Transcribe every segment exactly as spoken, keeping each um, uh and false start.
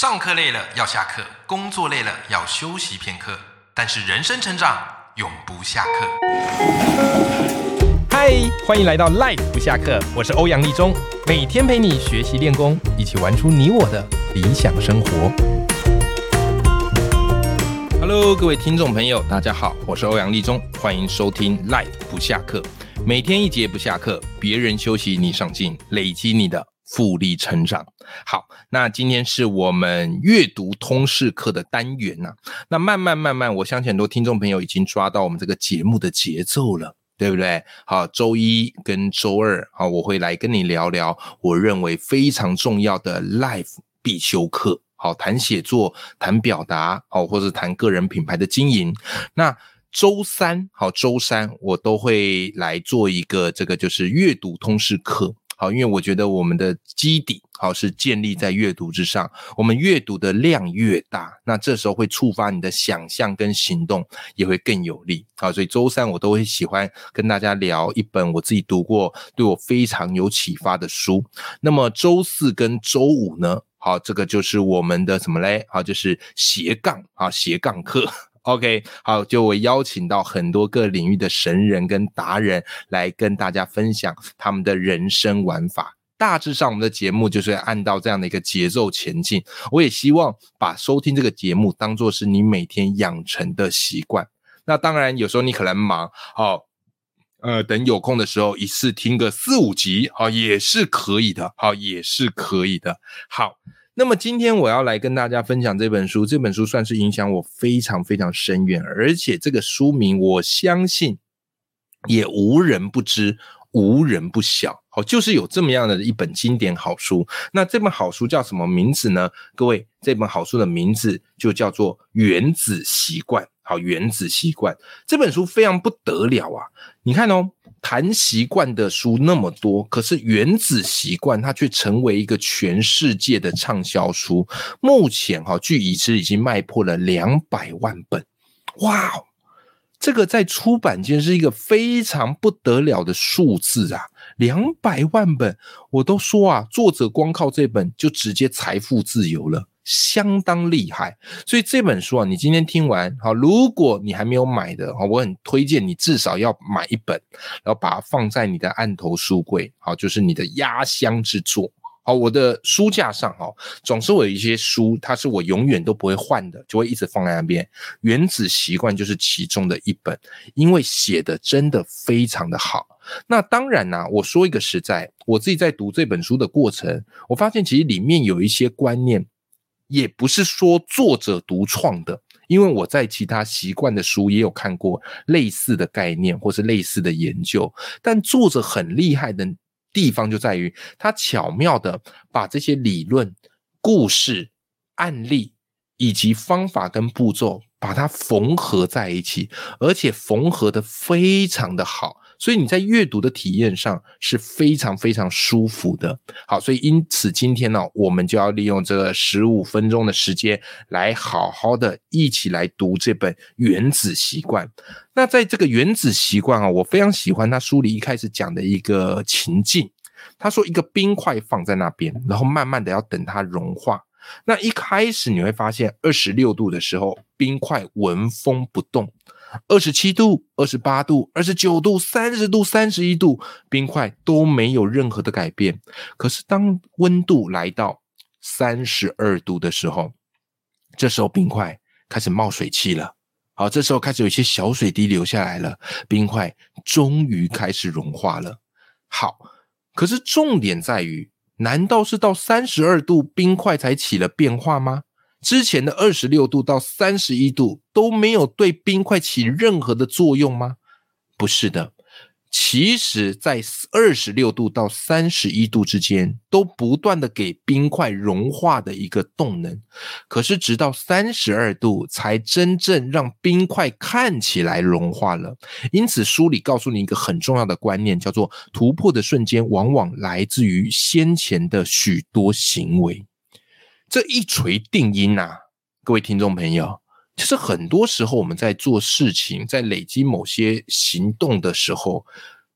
上课累了要下课，工作累了要休息片刻，但是人生成长永不下课。 嗨，欢迎来到 Life 不下课，我是欧阳立中，每天陪你学习练功，一起玩出你我的理想生活。Hello， 各位听众朋友，大家好，我是欧阳立中，欢迎收听 Life 不下课，每天一节不下课，别人休息你上进，累积你的复利成长。好，那今天是我们阅读通识课的单元啊。那慢慢慢慢，我相信很多听众朋友已经抓到我们这个节目的节奏了，对不对？好，周一跟周二，好，我会来跟你聊聊我认为非常重要的 Life 必修课。好，谈写作，谈表达，好，或者谈个人品牌的经营。那周三，好，周三我都会来做一个这个就是阅读通识课。好，因为我觉得我们的基底好是建立在阅读之上，我们阅读的量越大，那这时候会触发你的想象跟行动也会更有力。好，所以周三我都会喜欢跟大家聊一本我自己读过对我非常有启发的书。那么周四跟周五呢，好，这个就是我们的什么嘞？好，就是斜杠啊，斜杠课。OK， 好，就我邀请到很多个领域的神人跟达人来跟大家分享他们的人生玩法。大致上我们的节目就是按照这样的一个节奏前进。我也希望把收听这个节目当作是你每天养成的习惯。那当然有时候你可能忙，好，呃，等有空的时候一次听个四五集，好，也是可以的，好，也是可以的。好。那么今天我要来跟大家分享这本书，这本书算是影响我非常非常深远，而且这个书名我相信也无人不知，无人不晓，好，就是有这么样的一本经典好书。那这本好书叫什么名字呢？各位，这本好书的名字就叫做《原子习惯》。好，《原子习惯》这本书非常不得了啊！你看哦，谈习惯的书那么多，可是《原子习惯》它却成为一个全世界的畅销书。目前哈，据已知已经卖破了两百万本，哇！这个在出版界是一个非常不得了的数字啊，两百万本，我都说啊，作者光靠这本就直接财富自由了。相当厉害，所以这本书啊，你今天听完，好，如果你还没有买的，好，我很推荐你至少要买一本，然后把它放在你的案头书柜，好，就是你的压箱之作。好，我的书架上，好，总是有一些书，它是我永远都不会换的，就会一直放在那边。原子习惯就是其中的一本，因为写的真的非常的好。那当然啦、啊，我说一个实在，我自己在读这本书的过程，我发现其实里面有一些观念。也不是说作者独创的，因为我在其他习惯的书也有看过类似的概念或是类似的研究，但作者很厉害的地方就在于他巧妙的把这些理论、故事、案例以及方法跟步骤把它缝合在一起，而且缝合的非常的好，所以你在阅读的体验上是非常非常舒服的。好，所以因此今天呢、哦，我们就要利用这个十五分钟的时间来好好的一起来读这本《原子习惯》。那在这个《原子习惯》啊，我非常喜欢他书里一开始讲的一个情境。他说一个冰块放在那边，然后慢慢的要等它融化。那一开始你会发现二十六度的时候，冰块纹风不动。二十七度、二十八度、二十九度、三十度、三十一度，冰块都没有任何的改变。可是当温度来到三十二度的时候，这时候冰块开始冒水汽了。好，这时候开始有一些小水滴流下来了，冰块终于开始融化了。好，可是重点在于，难道是到三十二度冰块才起了变化吗？之前的二十六度到三十一度都没有对冰块起任何的作用吗？不是的，其实在二十六度到三十一度之间都不断的给冰块融化的一个动能，可是直到三十二度才真正让冰块看起来融化了。因此书里告诉你一个很重要的观念，叫做突破的瞬间往往来自于先前的许多行为。这一锤定音啊，各位听众朋友，就是很多时候我们在做事情，在累积某些行动的时候，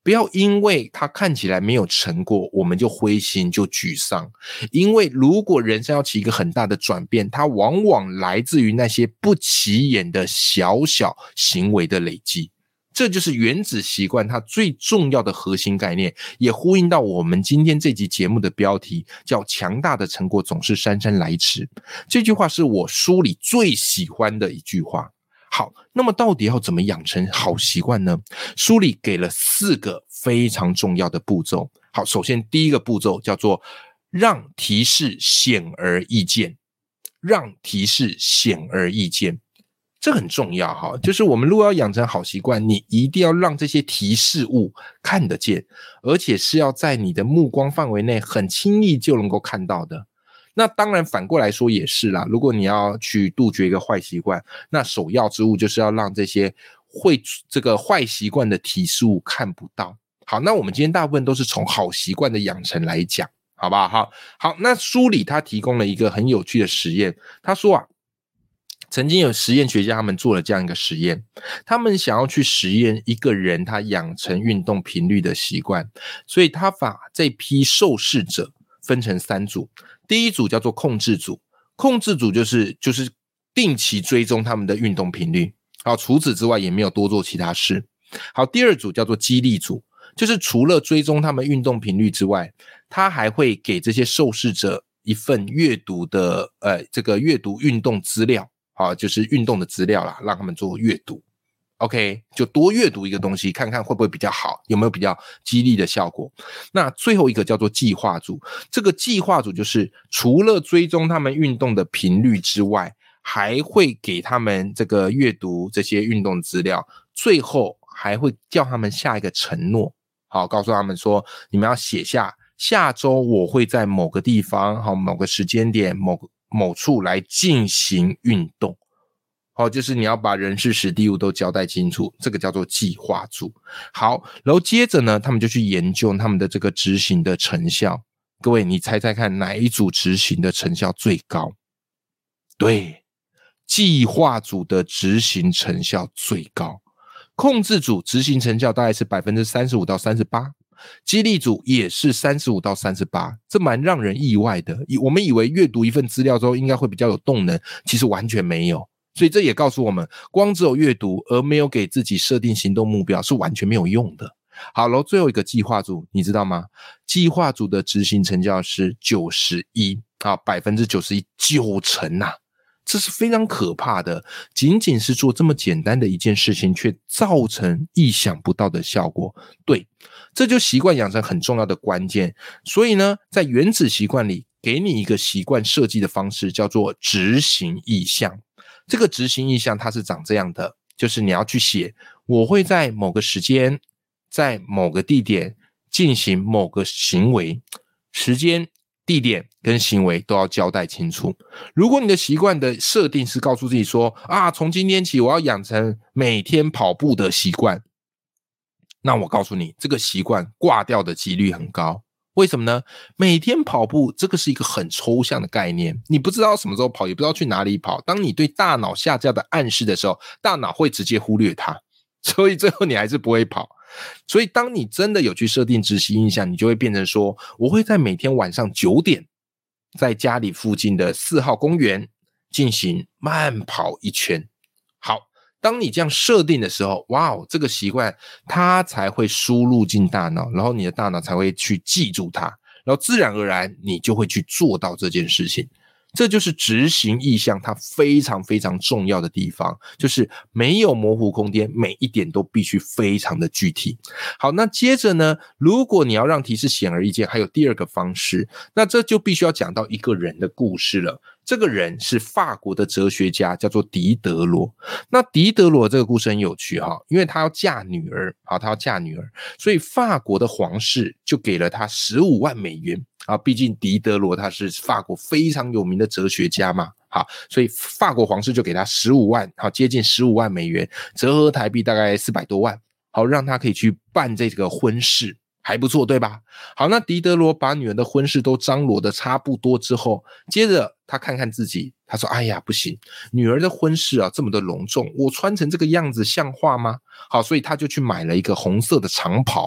不要因为它看起来没有成果，我们就灰心就沮丧。因为如果人生要起一个很大的转变，它往往来自于那些不起眼的小小行为的累积。这就是原子习惯它最重要的核心概念，也呼应到我们今天这集节目的标题，叫强大的成果总是姗姗来迟。这句话是我书里最喜欢的一句话。好，那么到底要怎么养成好习惯呢？书里给了四个非常重要的步骤。好，首先第一个步骤叫做让提示显而易见，让提示显而易见。这很重要哈，就是我们如果要养成好习惯，你一定要让这些提示物看得见，而且是要在你的目光范围内很轻易就能够看到的。那当然反过来说也是啦，如果你要去杜绝一个坏习惯，那首要之务就是要让这些会这个坏习惯的提示物看不到。好，那我们今天大部分都是从好习惯的养成来讲，好不好？好，好，那书里他提供了一个很有趣的实验，他说啊，曾经有实验学家他们做了这样一个实验，他们想要去实验一个人他养成运动频率的习惯，所以他把这批受试者分成三组。第一组叫做控制组，控制组就是就是定期追踪他们的运动频率，好，除此之外也没有多做其他事。好，第二组叫做激励组，就是除了追踪他们运动频率之外，他还会给这些受试者一份阅读的呃这个阅读运动资料，好，就是运动的资料啦，让他们做阅读。OK， 就多阅读一个东西，看看会不会比较好，有没有比较激励的效果。那最后一个叫做计划组，这个计划组就是除了追踪他们运动的频率之外，还会给他们这个阅读这些运动资料，最后还会叫他们下一个承诺，好，告诉他们说你们要写下下周我会在某个地方，好，某个时间点，某某处来进行运动。好，就是你要把人事时地物都交代清楚，这个叫做计划组。好，然后接着呢，他们就去研究他们的这个执行的成效。各位，你猜猜看哪一组执行的成效最高？对，计划组的执行成效最高。控制组执行成效大概是 百分之三十五到三十八， 激励组也是三十五到三十八，这蛮让人意外的。我们以为阅读一份资料之后应该会比较有动能，其实完全没有。所以这也告诉我们，光只有阅读而没有给自己设定行动目标是完全没有用的。好了，最后一个计划组，你知道吗？计划组的执行成效是九十一，啊 百分之九十一， 九成啊，这是非常可怕的。仅仅是做这么简单的一件事情，却造成意想不到的效果。对，这就习惯养成很重要的关键。所以呢，在原子习惯里，给你一个习惯设计的方式，叫做执行意向。这个执行意向它是长这样的，就是你要去写，我会在某个时间，在某个地点进行某个行为，时间、地点跟行为都要交代清楚。如果你的习惯的设定是告诉自己说啊，从今天起我要养成每天跑步的习惯，那我告诉你，这个习惯挂掉的几率很高。为什么呢？每天跑步这个是一个很抽象的概念，你不知道什么时候跑，也不知道去哪里跑。当你对大脑下降的暗示的时候，大脑会直接忽略它，所以最后你还是不会跑。所以当你真的有去设定执行意向，你就会变成说，我会在每天晚上九点在家里附近的四号公园进行慢跑一圈。好，当你这样设定的时候，哇哦，这个习惯它才会输入进大脑，然后你的大脑才会去记住它，然后自然而然你就会去做到这件事情。这就是执行意向它非常非常重要的地方，就是没有模糊空间，每一点都必须非常的具体。好，那接着呢，如果你要让提示显而易见，还有第二个方式，那这就必须要讲到一个人的故事了。这个人是法国的哲学家，叫做狄德罗。那狄德罗这个故事很有趣哈，因为他要嫁女儿，好，他要嫁女儿，所以法国的皇室就给了他十五万美元啊，毕竟狄德罗他是法国非常有名的哲学家嘛，好，所以法国皇室就给他十五万，好，接近十五万美元，折合台币大概四百多万，好，让他可以去办这个婚事。还不错，对吧？好，那狄德罗把女儿的婚事都张罗的差不多之后，接着他看看自己，他说，哎呀，不行，女儿的婚事啊这么的隆重，我穿成这个样子像话吗？好，所以他就去买了一个红色的长袍，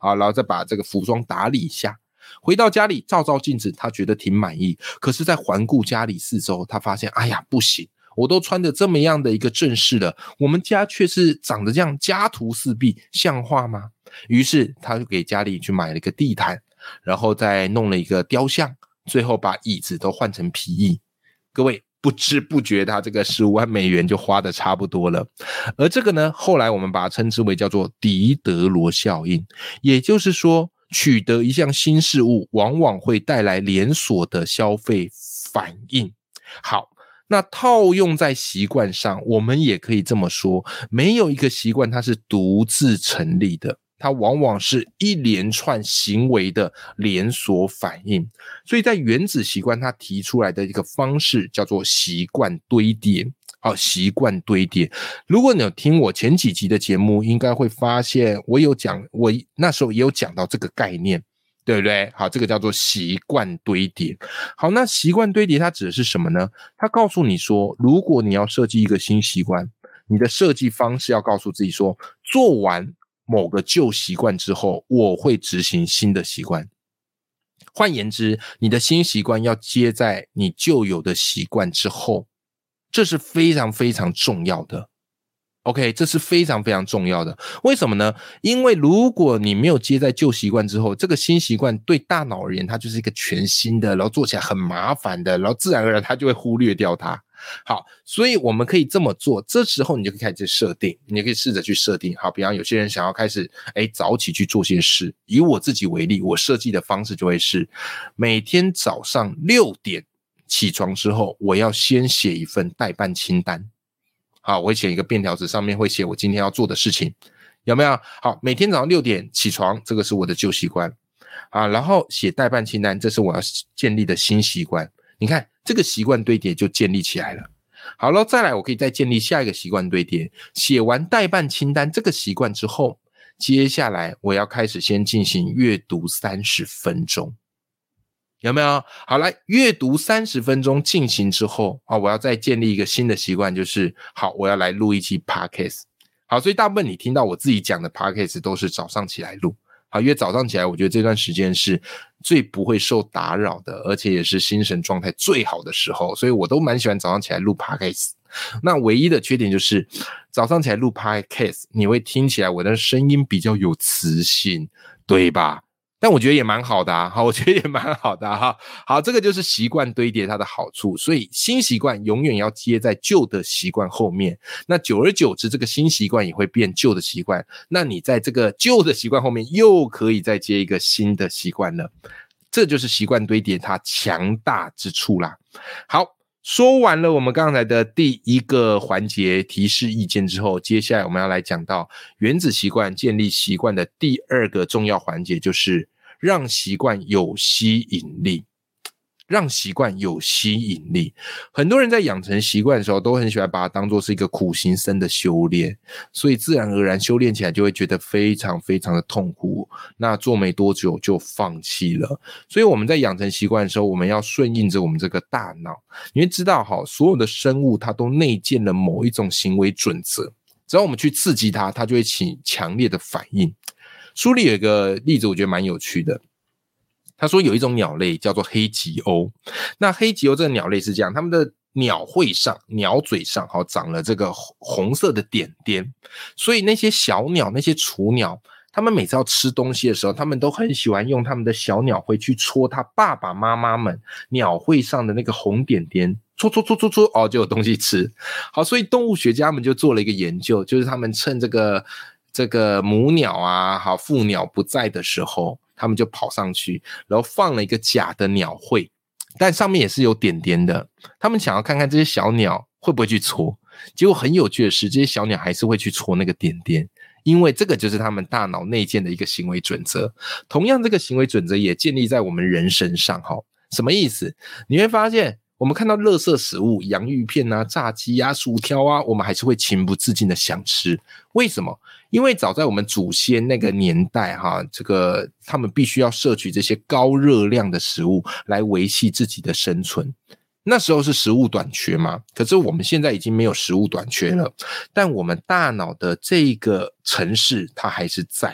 啊，然后再把这个服装打理一下。回到家里照照镜子，他觉得挺满意，可是在环顾家里四周，他发现哎呀不行，我都穿的这么样的一个正式了，我们家却是长得这样家徒四壁，像话吗？于是他就给家里去买了一个地毯，然后再弄了一个雕像，最后把椅子都换成皮椅。各位不知不觉他这个十五万美元就花的差不多了。而这个呢，后来我们把它称之为叫做狄德罗效应，也就是说取得一项新事物往往会带来连锁的消费反应。好，那套用在习惯上，我们也可以这么说，没有一个习惯它是独自成立的，它往往是一连串行为的连锁反应。所以在原子习惯它提出来的一个方式叫做习惯堆叠。好，习惯堆叠。如果你有听我前几集的节目，应该会发现我有讲，我那时候也有讲到这个概念，对不对？好，这个叫做习惯堆叠。好，那习惯堆叠它指的是什么呢？它告诉你说，如果你要设计一个新习惯，你的设计方式要告诉自己说，做完某个旧习惯之后，我会执行新的习惯。换言之，你的新习惯要接在你旧有的习惯之后，这是非常非常重要的。OK， 这是非常非常重要的。为什么呢？因为如果你没有接在旧习惯之后，这个新习惯对大脑而言，它就是一个全新的，然后做起来很麻烦的，然后自然而然它就会忽略掉它。好，所以我们可以这么做，这时候你就可以开始设定，你可以试着去设定。好，比方有些人想要开始诶早起去做些事，以我自己为例，我设计的方式就会是每天早上六点起床之后，我要先写一份待办清单。好，我会写一个便条纸，上面会写我今天要做的事情，有没有？好，每天早上六点起床，这个是我的旧习惯啊，然后写待办清单，这是我要建立的新习惯。你看，这个习惯堆叠就建立起来了。好了，再来我可以再建立下一个习惯堆叠。写完待办清单这个习惯之后，接下来我要开始先进行阅读三十分钟。有没有？好，来阅读三十分钟进行之后啊，我要再建立一个新的习惯，就是好，我要来录一期 podcast。好，所以大部分你听到我自己讲的 podcast 都是早上起来录。好，因为早上起来我觉得这段时间是最不会受打扰的，而且也是精神状态最好的时候，所以我都蛮喜欢早上起来录 podcast。那唯一的缺点就是早上起来录 podcast 你会听起来我的声音比较有磁性，对吧？但我觉得也蛮好的啊，好，我觉得也蛮好的啊。好，这个就是习惯堆叠它的好处，所以新习惯永远要接在旧的习惯后面。那久而久之，这个新习惯也会变旧的习惯，那你在这个旧的习惯后面又可以再接一个新的习惯了。这就是习惯堆叠它强大之处啦。好，说完了我们刚才的第一个环节提示意见之后，接下来我们要来讲到原子习惯建立习惯的第二个重要环节，就是让习惯有吸引力。让习惯有吸引力。很多人在养成习惯的时候都很喜欢把它当作是一个苦行僧的修炼，所以自然而然修炼起来就会觉得非常非常的痛苦，那做没多久就放弃了。所以我们在养成习惯的时候，我们要顺应着我们这个大脑。你会知道所有的生物它都内建了某一种行为准则，只要我们去刺激它，它就会起强烈的反应。书里有一个例子我觉得蛮有趣的，他说有一种鸟类叫做黑吉鸥，那黑吉鸥这个鸟类是这样，它们的鸟喙上鸟嘴上好长了这个红色的点点，所以那些小鸟那些雏鸟，它们每次要吃东西的时候，它们都很喜欢用它们的小鸟喙去戳它爸爸妈妈们鸟喙上的那个红点点，戳戳戳戳戳，哦，就有东西吃。好，所以动物学家们就做了一个研究，就是他们趁这个这个母鸟啊好父鸟不在的时候，他们就跑上去，然后放了一个假的鸟喙，但上面也是有点点的，他们想要看看这些小鸟会不会去戳。结果很有趣的是，这些小鸟还是会去戳那个点点，因为这个就是他们大脑内建的一个行为准则。同样这个行为准则也建立在我们人身上。什么意思？你会发现我们看到垃圾食物，洋芋片啊、炸鸡啊、薯条啊，我们还是会情不自禁的想吃。为什么？因为早在我们祖先那个年代哈，这个他们必须要摄取这些高热量的食物来维系自己的生存。那时候是食物短缺嘛，可是我们现在已经没有食物短缺了，但我们大脑的这个程式它还是在。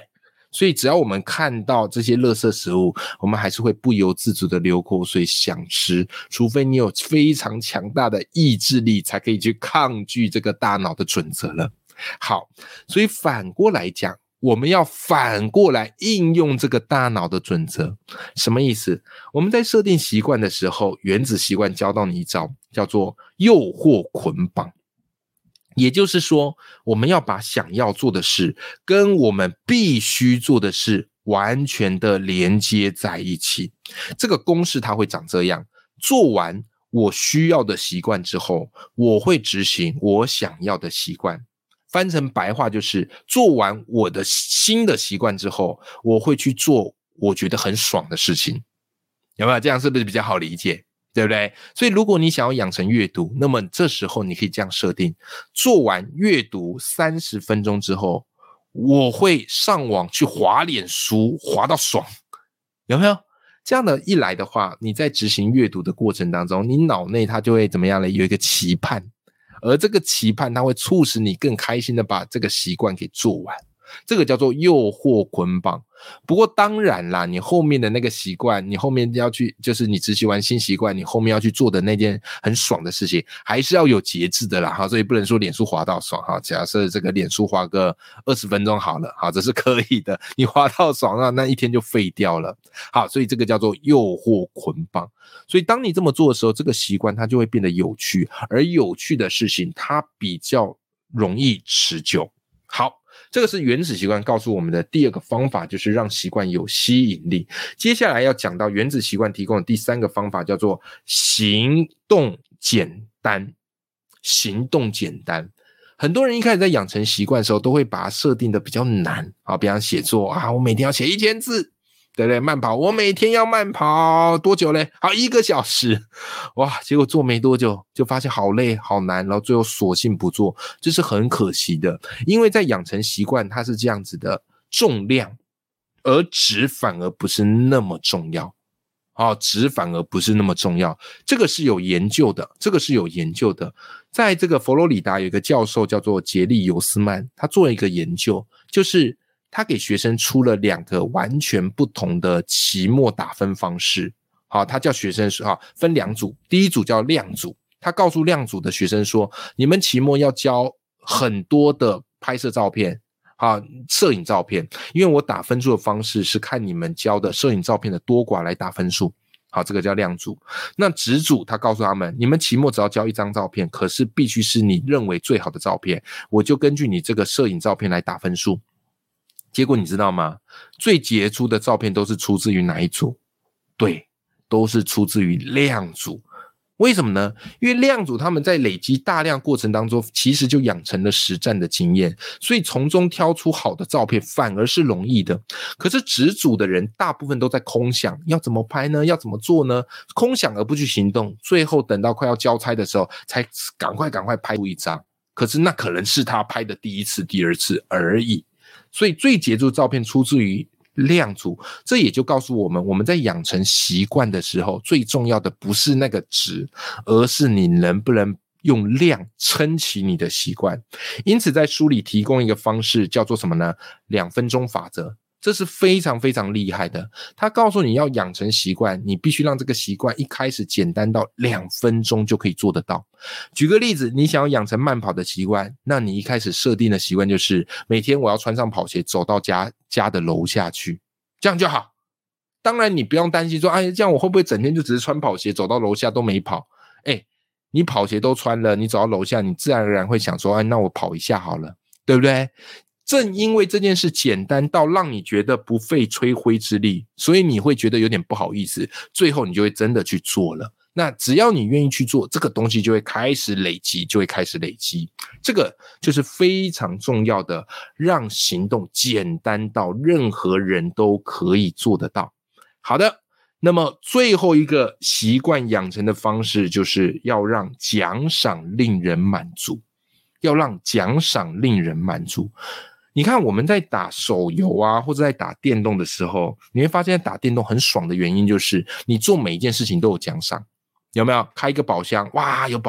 所以只要我们看到这些垃圾食物，我们还是会不由自主的流口水想吃，除非你有非常强大的意志力才可以去抗拒这个大脑的准则了。好，所以反过来讲，我们要反过来应用这个大脑的准则。什么意思？我们在设定习惯的时候，原子习惯教到你一招，叫做诱惑捆绑。也就是说，我们要把想要做的事跟我们必须做的事完全的连接在一起。这个公式它会长这样，做完我需要的习惯之后，我会执行我想要的习惯。翻成白话就是，做完我的新的习惯之后，我会去做我觉得很爽的事情。有没有？这样是不是比较好理解？对不对？所以如果你想要养成阅读，那么这时候你可以这样设定，做完阅读三十分钟之后，我会上网去滑脸书，滑到爽。有没有？这样的一来的话，你在执行阅读的过程当中，你脑内它就会怎么样呢？有一个期盼，而这个期盼它会促使你更开心的把这个习惯给做完。这个叫做诱惑捆绑。不过当然啦，你后面的那个习惯，你后面要去，就是你执行完新习惯，你后面要去做的那件很爽的事情，还是要有节制的啦哈。所以不能说脸书滑到爽哈，假设这个脸书滑个二十分钟好了，好，这是可以的。你滑到爽了，那一天就废掉了。好，所以这个叫做诱惑捆绑。所以当你这么做的时候，这个习惯它就会变得有趣，而有趣的事情它比较容易持久。好，这个是原子习惯告诉我们的第二个方法，就是让习惯有吸引力。接下来要讲到原子习惯提供的第三个方法，叫做行动简单。行动简单，很多人一开始在养成习惯的时候，都会把它设定的比较难啊，比方写作啊，我每天要写一千字。对不对？慢跑，我每天要慢跑多久嘞？好，一个小时。哇，结果做没多久就发现好累好难，然后最后索性不做，这是很可惜的。因为在养成习惯它是这样子的，重量而质反而不是那么重要。好，质反而不是那么重要，这个是有研究的，这个是有研究的。在这个佛罗里达有一个教授叫做杰利尤斯曼，他做了一个研究，就是他给学生出了两个完全不同的期末打分方式。好，他叫学生说，分两组，第一组叫量组，他告诉量组的学生说，你们期末要交很多的拍摄照片，好，摄影照片，因为我打分数的方式是看你们交的摄影照片的多寡来打分数。好，这个叫量组。那质组他告诉他们，你们期末只要交一张照片，可是必须是你认为最好的照片，我就根据你这个摄影照片来打分数。结果你知道吗？最杰出的照片都是出自于哪一组？对，都是出自于量组。为什么呢？因为量组他们在累积大量过程当中，其实就养成了实战的经验，所以从中挑出好的照片反而是容易的。可是质组的人大部分都在空想，要怎么拍呢？要怎么做呢？空想而不去行动，最后等到快要交差的时候，才赶快赶快拍出一张。可是那可能是他拍的第一次、第二次而已。所以最杰出的照片出自于量组，这也就告诉我们，我们在养成习惯的时候，最重要的不是那个值，而是你能不能用量撑起你的习惯。因此在书里提供一个方式，叫做什么呢？两分钟法则。这是非常非常厉害的，他告诉你要养成习惯，你必须让这个习惯一开始简单到两分钟就可以做得到。举个例子，你想要养成慢跑的习惯，那你一开始设定的习惯就是每天我要穿上跑鞋走到家家的楼下去，这样就好。当然你不用担心说，哎，这样我会不会整天就只是穿跑鞋走到楼下都没跑？哎，你跑鞋都穿了，你走到楼下，你自然而然会想说，哎，那我跑一下好了，对不对？正因为这件事简单到让你觉得不费吹灰之力，所以你会觉得有点不好意思，最后你就会真的去做了。那只要你愿意去做，这个东西就会开始累积，就会开始累积。这个就是非常重要的，让行动简单到任何人都可以做得到。好的，那么最后一个习惯养成的方式，就是要让奖赏令人满足，要让奖赏令人满足。你看我们在打手游啊，或者在打电动的时候，你会发现打电动很爽的原因就是你做每一件事情都有奖赏。有没有？开一个宝箱，哇，有宝物。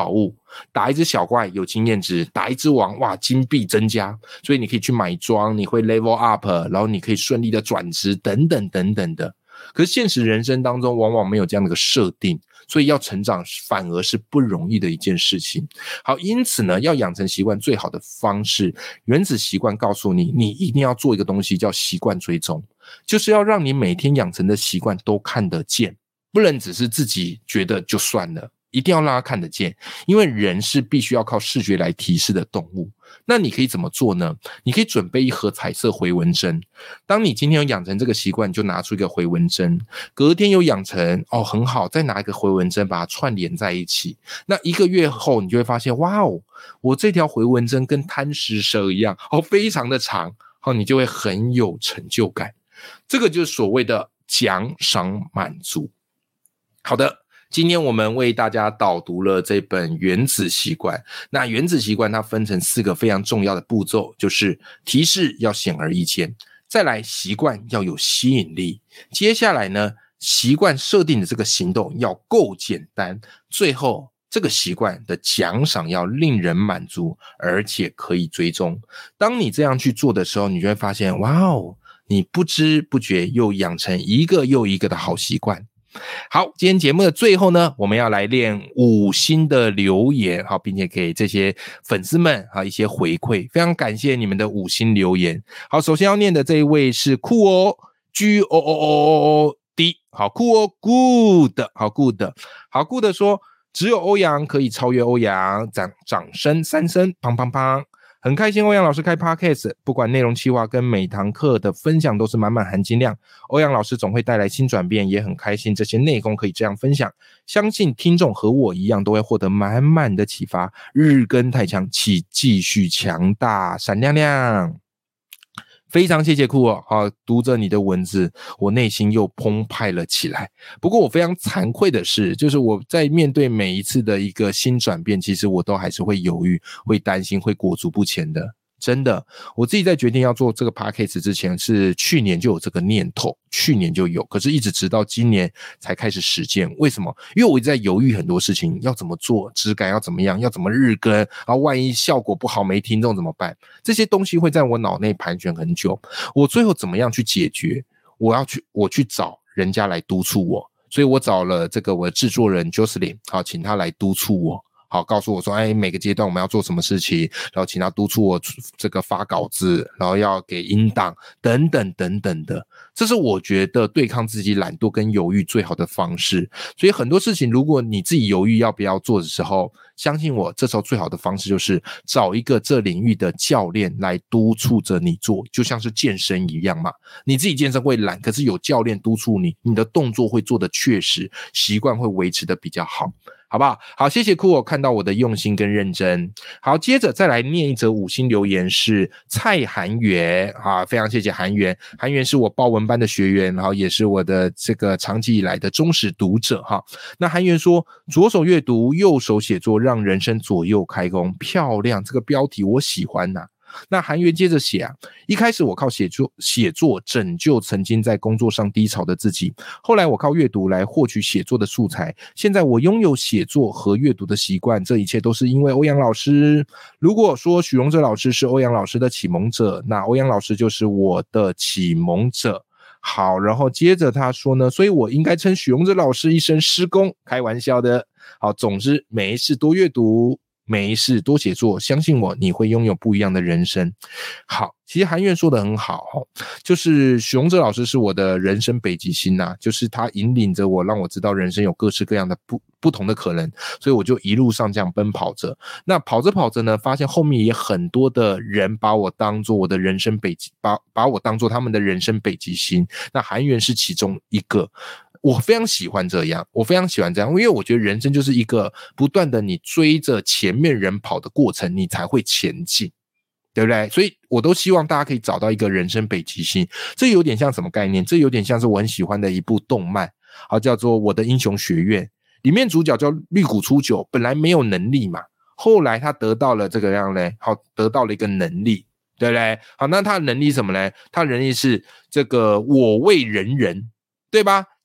打一只小怪有经验值，打一只王哇金币增加，所以你可以去买装，你会 level up， 然后你可以顺利的转职等等等等的。可是现实人生当中往往没有这样的一个设定，所以要成长反而是不容易的一件事情。好，因此呢，要养成习惯最好的方式，原子习惯告诉你，你一定要做一个东西叫习惯追踪，就是要让你每天养成的习惯都看得见，不能只是自己觉得就算了，一定要让他看得见，因为人是必须要靠视觉来提示的动物。那你可以怎么做呢？你可以准备一盒彩色回纹针，当你今天有养成这个习惯，就拿出一个回纹针，隔天有养成哦，很好，再拿一个回纹针把它串联在一起，那一个月后你就会发现，哇哦，我这条回纹针跟贪食蛇一样哦，非常的长哦，你就会很有成就感。这个就是所谓的奖赏满足。好的，今天我们为大家导读了这本原子习惯。那原子习惯它分成四个非常重要的步骤，就是提示要显而易见，再来习惯要有吸引力，接下来呢，习惯设定的这个行动要够简单，最后这个习惯的奖赏要令人满足，而且可以追踪。当你这样去做的时候，你就会发现，哇哦，你不知不觉又养成一个又一个的好习惯。好，今天节目的最后呢，我们要来练五星的留言，好，并且给这些粉丝们好一些回馈，非常感谢你们的五星留言。好，首先要念的这一位是酷哦 G O O O O D， 好，酷哦 Good， 好 Good， 好 Good 说只有欧阳可以超越欧阳，掌掌声三声，砰砰砰。很开心欧阳老师开 Podcast， 不管内容企划跟每堂课的分享都是满满含金量，欧阳老师总会带来新转变，也很开心这些内容可以这样分享，相信听众和我一样都会获得满满的启发，日更太强，请继续强大闪亮亮。非常谢谢酷哦，好，读着你的文字，我内心又澎湃了起来。不过我非常惭愧的是，就是我在面对每一次的一个新转变，其实我都还是会犹豫，会担心，会裹足不前的。真的，我自己在决定要做这个 podcast 之前，是去年就有这个念头，去年就有，可是一直直到今年才开始实践。为什么？因为我一直在犹豫很多事情，要怎么做，质感要怎么样，要怎么日更，然后万一效果不好没听众怎么办？这些东西会在我脑内盘旋很久，我最后怎么样去解决？我要去，我去找人家来督促我，所以我找了这个我的制作人 Jocelyn， 好，请他来督促我。好，告诉我说，哎，每个阶段我们要做什么事情，然后请他督促我这个发稿子，然后要给音档等等等等的，这是我觉得对抗自己懒惰跟犹豫最好的方式。所以很多事情，如果你自己犹豫要不要做的时候，相信我，这时候最好的方式就是找一个这领域的教练来督促着你做，就像是健身一样嘛。你自己健身会懒，可是有教练督促你，你的动作会做得确实，习惯会维持得比较好。好不好？好，谢谢酷我看到我的用心跟认真。好，接着再来念一则五星留言，是蔡涵源啊，非常谢谢涵源，涵源是我豹文班的学员，然后也是我的这个长期以来的忠实读者哈。那涵源说，左手阅读，右手写作，让人生左右开弓，漂亮，这个标题我喜欢呐、啊。那韩源接着写啊，一开始我靠写作写作拯救曾经在工作上低潮的自己，后来我靠阅读来获取写作的素材，现在我拥有写作和阅读的习惯，这一切都是因为欧阳老师。如果说许荣哲老师是欧阳老师的启蒙者，那欧阳老师就是我的启蒙者。好，然后接着他说呢，所以我应该称许荣哲老师一声师公，开玩笑的。好，总之每一次多阅读，没事多写作，相信我，你会拥有不一样的人生。好，其实韩苑说的很好，就是许荣哲老师是我的人生北极星啊，就是他引领着我，让我知道人生有各式各样的不不同的可能，所以我就一路上这样奔跑着。那跑着跑着呢，发现后面也很多的人把我当作我的人生北极，把把我当作他们的人生北极星。那韩苑是其中一个。我非常喜欢这样，我非常喜欢这样，因为我觉得人生就是一个不断的你追着前面人跑的过程，你才会前进，对不对？所以我都希望大家可以找到一个人生北极星。这有点像什么概念？这有点像是我很喜欢的一部动漫，好，叫做《我的英雄学院》，里面主角叫绿谷出久，本来没有能力嘛，后来他得到了这个样嘞，好，得到了一个能力，对不对？好，那他的能力是什么呢？他的能力是这个我为人人，对吧？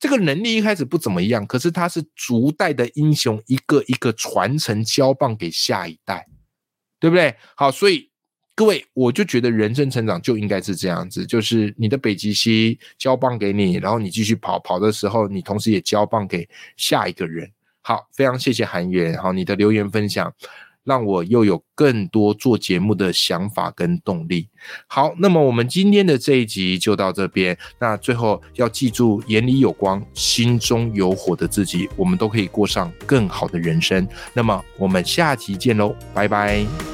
这个能力一开始不怎么样，可是他是逐代的英雄，一个一个传承交棒给下一代，对不对？好，所以各位，我就觉得人生成长就应该是这样子，就是你的北极星交棒给你，然后你继续跑，跑的时候你同时也交棒给下一个人。好，非常谢谢韩元，好，你的留言分享让我又有更多做节目的想法跟动力。好，那么我们今天的这一集就到这边，那最后要记住，眼里有光，心中有火的自己，我们都可以过上更好的人生。那么我们下集见咯，拜拜。